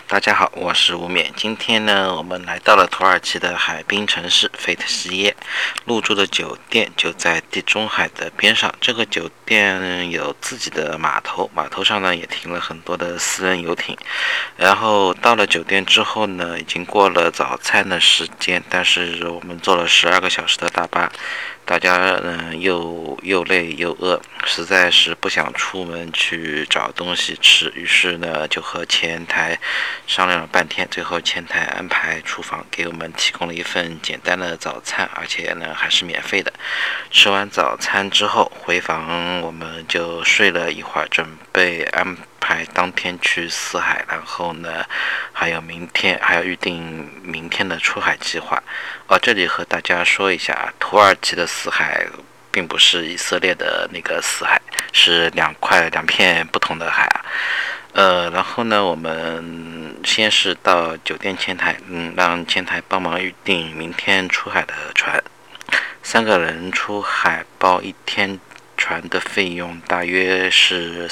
大家好，我是吴冕。今天呢，我们来到了土耳其的海滨城市费特西耶，入住的酒店就在地中海的边上。这个酒店有自己的码头，码头上呢也停了很多的私人游艇。然后到了酒店之后呢，已经过了早餐的时间，但是我们坐了12个小时的大巴，大家又累又饿，实在是不想出门去找东西吃，于是呢就和前台商量了半天，最后前台安排厨房给我们提供了一份简单的早餐，而且呢还是免费的。吃完早餐之后回房，我们就睡了一会儿，准备安排当天去死海，然后呢还有预定明天的出海计划。这里和大家说一下，土耳其的死海并不是以色列的那个死海，是两片不同的海啊。然后呢，我们先是到酒店前台，让前台帮忙预定明天出海的船。3个人出海包1天船的费用大约是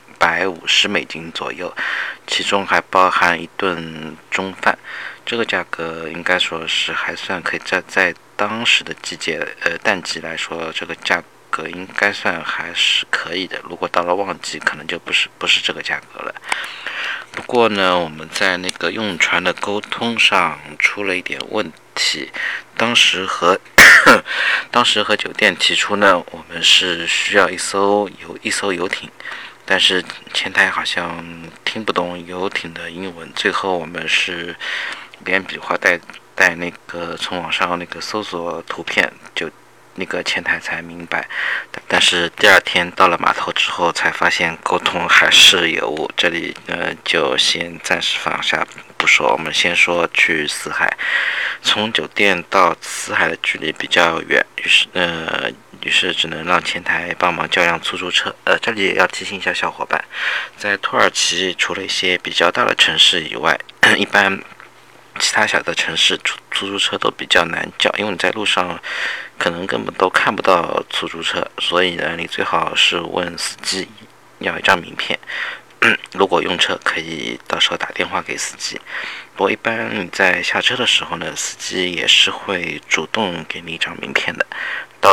$350左右，其中还包含1顿中饭。这个价格应该说是还算可以，在当时的淡季来说，这个价格应该算还是可以的。如果到了旺季，可能就不是这个价格了。不过呢，我们在那个用船的沟通上出了一点问题。当时和酒店提出呢，我们是需要一艘游艇，但是前台好像听不懂游艇的英文，最后我们是连比划带那个从网上那个搜索图片，就那个前台才明白。但是第二天到了码头之后，才发现沟通还是有误。这里就先暂时放下不说，我们先说去死海。从酒店到死海的距离比较远，于是只能让前台帮忙叫辆出租车。这里也要提醒一下小伙伴，在土耳其除了一些比较大的城市以外，一般其他小的城市出租车都比较难叫，因为你在路上可能根本都看不到出租车，所以呢，你最好是问司机要一张名片。如果用车，可以到时候打电话给司机。不过一般你在下车的时候呢，司机也是会主动给你一张名片的。到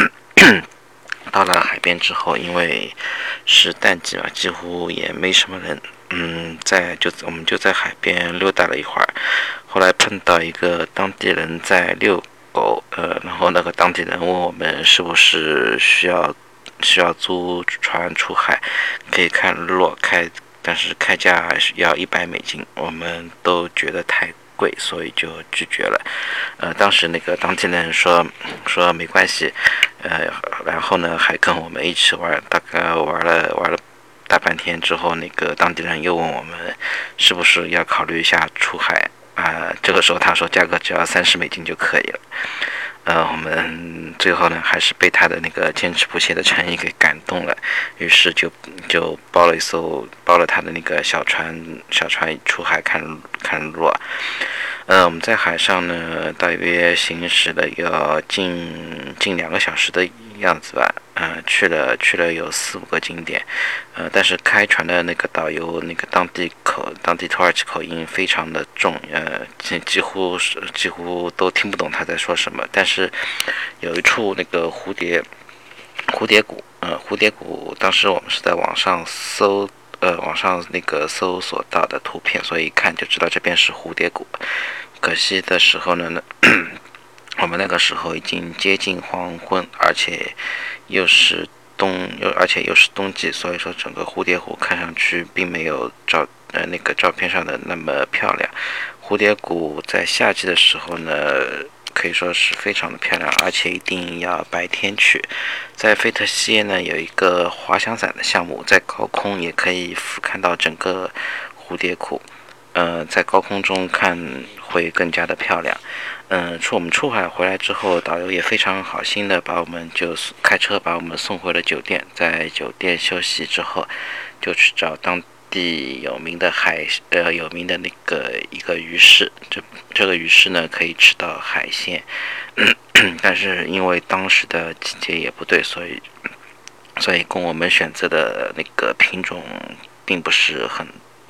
了海边之后，因为是淡季嘛，几乎也没什么人。我们就在海边溜达了一会儿，后来碰到一个当地人在遛狗，然后那个当地人问我们是不是需要租船出海，可以看日落，但是开价要$100，我们都觉得太贵，所以就拒绝了。当时那个当地人说没关系，然后呢还跟我们一起玩，大概玩了大半天之后，那个当地人又问我们是不是要考虑一下出海。这个时候他说价格只要$30就可以了。我们最后呢还是被他的那个坚持不懈的诚意给感动了，于是就包了他的那个小船出海看日落。我们在海上呢大约行驶了要近2个小时的样子吧。去了有4-5个景点。但是开船的那个导游那个当地土耳其口音非常的重，几乎都听不懂他在说什么。但是有一处那个蝴蝶谷，当时我们是在网上那个搜索到的图片，所以一看就知道这边是蝴蝶谷。可惜的时候呢，我们那个时候已经接近黄昏，而且又是冬季，所以说整个蝴蝶谷看上去并没有那个照片上的那么漂亮。蝴蝶谷在夏季的时候呢，可以说是非常的漂亮，而且一定要白天去。在费特西耶呢有一个滑翔伞的项目，在高空也可以俯瞰到整个蝴蝶谷。在高空中看会更加的漂亮。我们出海回来之后，导游也非常好心的开车把我们送回了酒店。在酒店休息之后，就去找当地有名的那个一个鱼市。这个鱼市呢可以吃到海鲜，但是因为当时的季节也不对，所以供我们选择的那个品种并不是很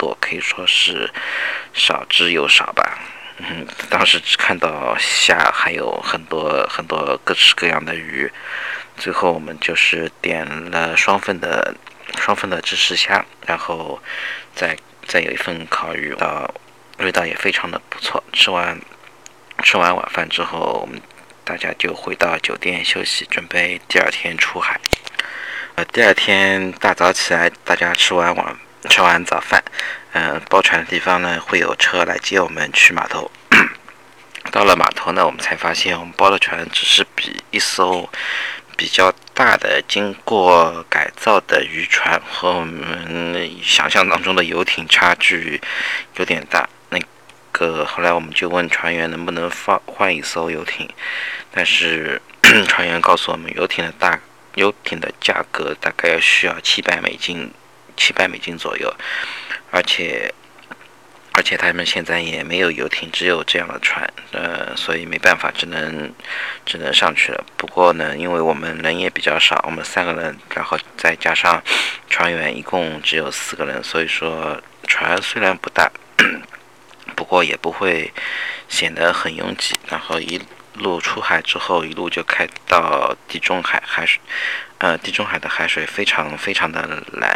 多，可以说是少之又少吧。当时只看到虾，还有很多很多各式各样的鱼。最后我们就是点了双份的芝士虾，然后再有一份烤鱼，味道也非常的不错。吃完晚饭之后，我们大家就回到酒店休息，准备第二天出海。第二天大早起来，大家吃完早饭，包船的地方呢会有车来接我们去码头。到了码头呢，我们才发现我们包的船只是比一艘比较大的经过改造的渔船和我们想象当中的游艇差距有点大。后来我们就问船员能不能换一艘游艇，但是船员告诉我们游艇的价格大概需要700美金左右，而且他们现在也没有游艇，只有这样的船，所以没办法，只能上去了。不过呢，因为我们人也比较少，我们3个人，然后再加上船员，一共只有4个人，所以说船虽然不大，不过也不会显得很拥挤。然后一路出海之后，一路就开到地中海，地中海的海水非常非常的蓝，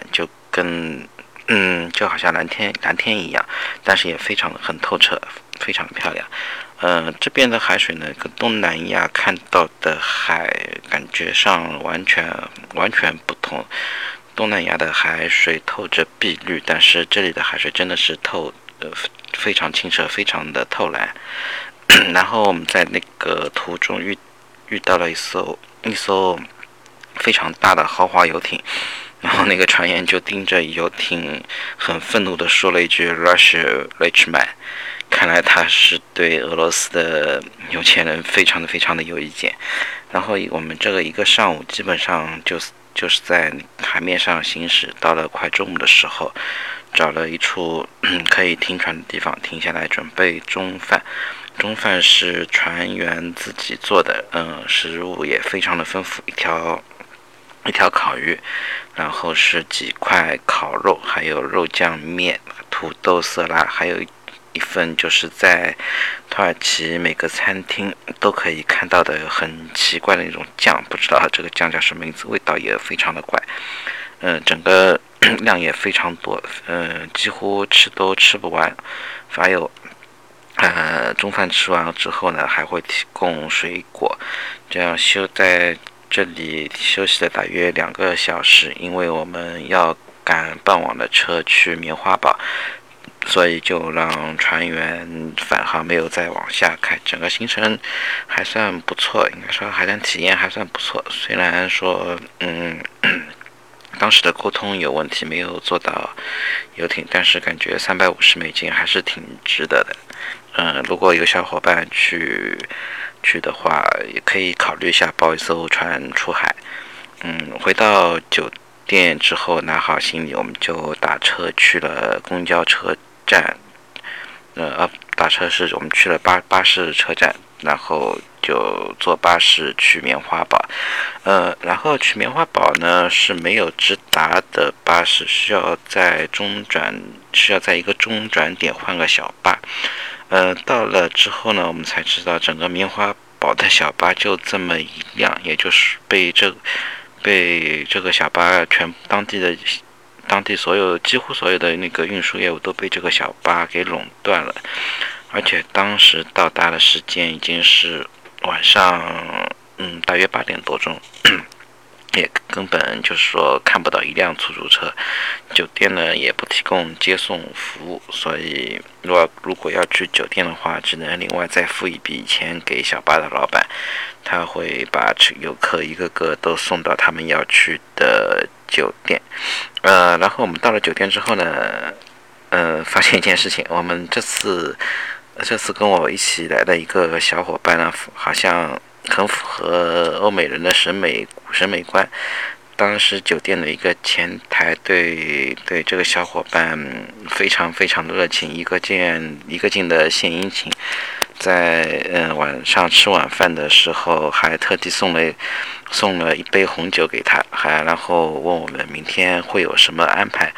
就好像蓝天一样，但是也很透彻，非常的漂亮。这边的海水呢，跟东南亚看到的海感觉上完全不同。东南亚的海水透着碧绿，但是这里的海水真的是非常清澈，非常的透蓝。然后我们在那个途中遇到了一艘非常大的豪华游艇，然后那个船员就盯着游艇很愤怒地说了一句 Russia rich man， 看来他是对俄罗斯的有钱人非常的有意见。然后我们这个一个上午基本上就是在海面上行驶，到了快中午的时候，找了一处可以停船的地方停下来准备中饭。中饭是船员自己做的，食物也非常的丰富，一条烤鱼，然后是几块烤肉，还有肉酱面、土豆色拉，还有一份就是在土耳其每个餐厅都可以看到的很奇怪的那种酱，不知道这个酱叫什么名字，味道也非常的怪。整个量也非常多，几乎都吃不完。还有中饭吃完了之后呢，还会提供水果，这样在这里休息了大约2个小时，因为我们要赶傍晚的车去棉花堡，所以就让船员返航，没有再往下开。整个行程还算不错，应该说海滩体验还算不错。虽然说当时的沟通有问题，没有坐到游艇，但是感觉350美金还是挺值得的。如果有小伙伴去的话，也可以考虑一下包一艘船出海。回到酒店之后拿好行李，我们就打车去了公交车站。打车是我们去了巴士车站，然后就坐巴士去棉花堡。然后去棉花堡呢是没有直达的巴士，需要在一个中转点换个小巴。到了之后呢，我们才知道整个棉花堡的小巴就这么一辆，也就是被这个小巴当地几乎所有的那个运输业务都被这个小巴给垄断了。而且当时到达的时间已经是晚上大约8点多钟，也根本就是说看不到一辆出租车，酒店呢也不提供接送服务，所以如果要去酒店的话，只能另外再付一笔钱给小巴的老板，他会把游客一个个都送到他们要去的酒店。然后我们到了酒店之后呢，发现一件事情，我们这次跟我一起来的一个小伙伴呢，好像很符合欧美人的审美观。当时酒店的一个前台对这个小伙伴非常的热情，一个劲的献殷勤。在晚上吃晚饭的时候，还特地送了一杯红酒给他，然后问我们明天会有什么安排。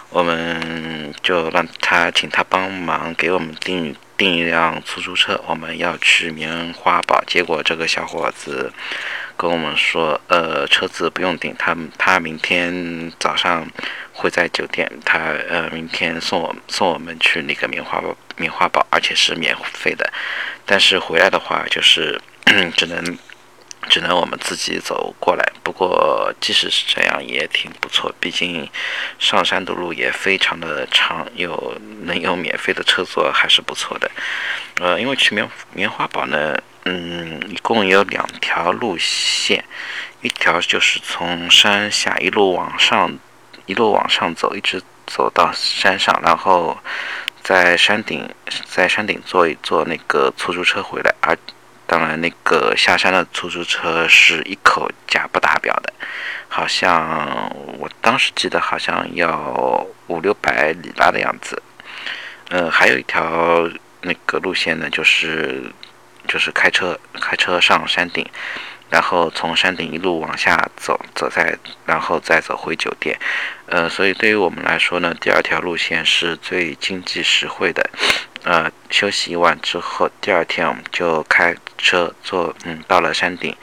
我们就请他帮忙给我们订一辆出租车，我们要去棉花堡。结果这个小伙子跟我们说，车子不用订，他明天早上会在酒店，他明天送我们去那个棉花堡，而且是免费的。但是回来的话就是只能我们自己走过来。不过即使是这样也挺不错，毕竟上山的路也非常的长，能有免费的车坐还是不错的。因为去棉花堡呢，一共有2条路线，一条就是从山下一路往上走，一直走到山上，然后在山顶坐一坐那个出租车回来。当然，那个下山的出租车是一口价不打表的，好像我当时记得好像要500-600里拉的样子。还有一条那个路线呢，就是开车上山顶，然后从山顶一路往下走，然后再走回酒店。所以对于我们来说呢，第2条路线是最经济实惠的。休息一晚之后，第2天我们就开车到了山顶。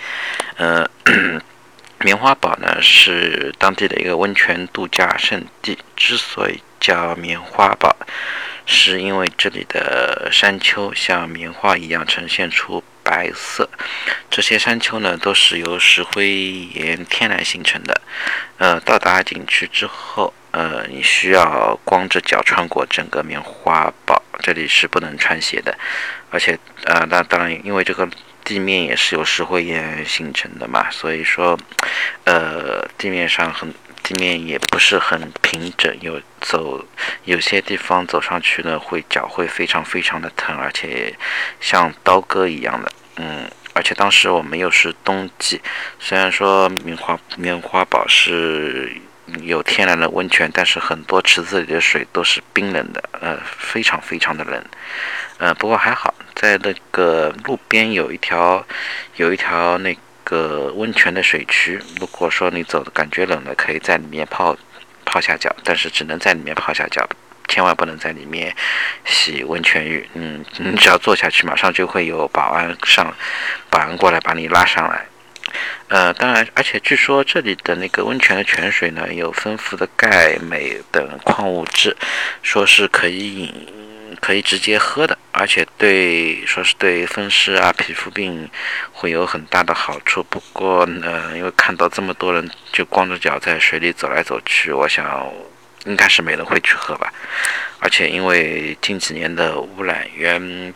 棉花堡呢是当地的一个温泉度假胜地，之所以叫棉花堡，是因为这里的山丘像棉花一样呈现出白色。这些山丘呢都是由石灰岩天然形成的。到达景区之后，你需要光着脚穿过整个棉花堡，这里是不能穿鞋的。而且那当然因为这个地面也是由石灰岩形成的嘛，所以说地面也不是很平整，有些地方走上去呢脚会非常非常的疼，而且像刀割一样的。而且当时我们又是冬季，虽然说棉花堡是有天然的温泉，但是很多池子里的水都是冰冷的，非常非常的冷。不过还好，在那个路边有一条那个温泉的水渠，如果说你走的感觉冷了，可以在里面泡下脚，但是只能在里面泡下脚，千万不能在里面洗温泉浴。你只要坐下去，马上就会有保安过来把你拉上来。当然，而且据说这里的那个温泉的泉水呢，有丰富的钙、镁等矿物质，说是可以直接喝的，而且说是对风湿啊、皮肤病会有很大的好处。不过呢，因为看到这么多人就光着脚在水里走来走去，我想应该是没人会去喝吧。而且因为近几年的污染，原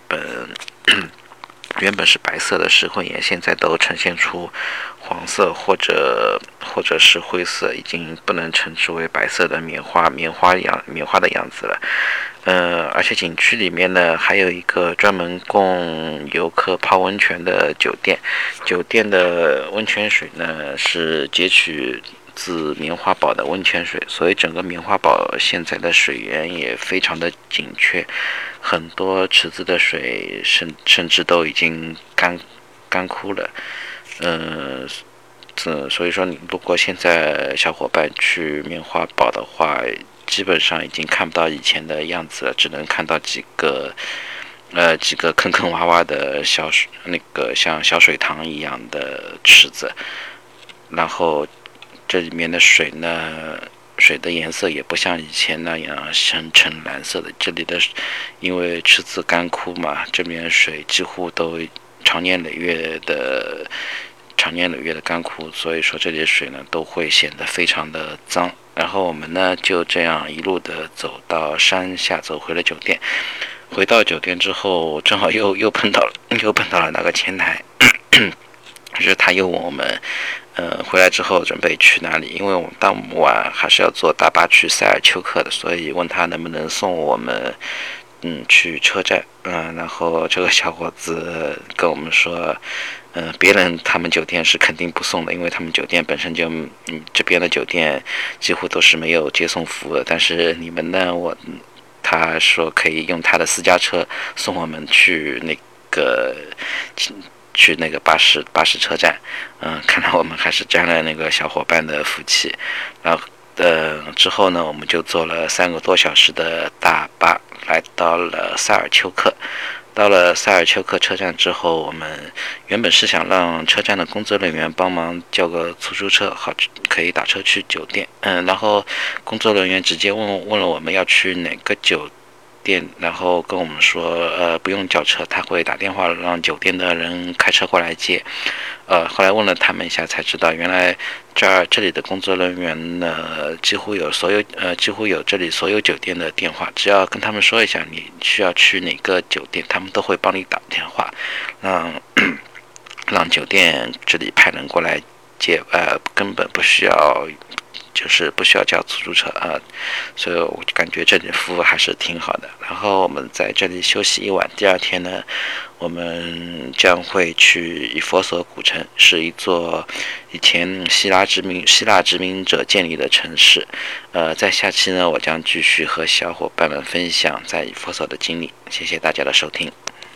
本是白色的石灰岩，现在都呈现出黄色或者是灰色，已经不能称之为白色的棉花的样子了。而且景区里面呢还有一个专门供游客泡温泉的酒店，酒店的温泉水呢是截取自棉花堡的温泉水，所以整个棉花堡现在的水源也非常的紧缺，很多池子的水甚至都已经干枯了。所以说你如果现在小伙伴去棉花堡的话，基本上已经看不到以前的样子了，只能看到几个坑坑洼洼的像小水塘一样的池子，然后这里面的水的颜色也不像以前那样呈蓝色的，这里的因为池子干枯嘛，这边水几乎都长年累月的干枯，所以说这里的水呢都会显得非常的脏。然后我们呢就这样一路的走到山下，走回了酒店。回到酒店之后，正好又碰到了那个前台，就是他又问我们，回来之后准备去哪里？因为我们当晚还是要坐大巴去塞尔丘克的，所以问他能不能送我们，去车站。然后这个小伙子跟我们说，别人他们酒店是肯定不送的，因为他们酒店本身就，这边的酒店几乎都是没有接送服务的。但是你们呢，他说可以用他的私家车送我们去那个巴士车站。看来我们还是沾了那个小伙伴的福气。 之后呢，我们就坐了3个多小时的大巴，来到了萨尔丘克。到了萨尔丘克车站之后，我们原本是想让车站的工作人员帮忙叫个出租车，好可以打车去酒店。然后工作人员直接问了我们要去哪个酒店，然后跟我们说，不用叫车，他会打电话让酒店的人开车过来接。后来问了他们一下，才知道原来这里的工作人员呢，几乎有这里所有酒店的电话，只要跟他们说一下你需要去哪个酒店，他们都会帮你打电话，让酒店这里派人过来接，根本不需要。就是不需要叫出租车所以我感觉这里服务还是挺好的。然后我们在这里休息一晚，第二天呢，我们将会去以弗所古城，是一座以前希腊殖民者建立的城市。在下期呢，我将继续和小伙伴们分享在以弗所的经历。谢谢大家的收听。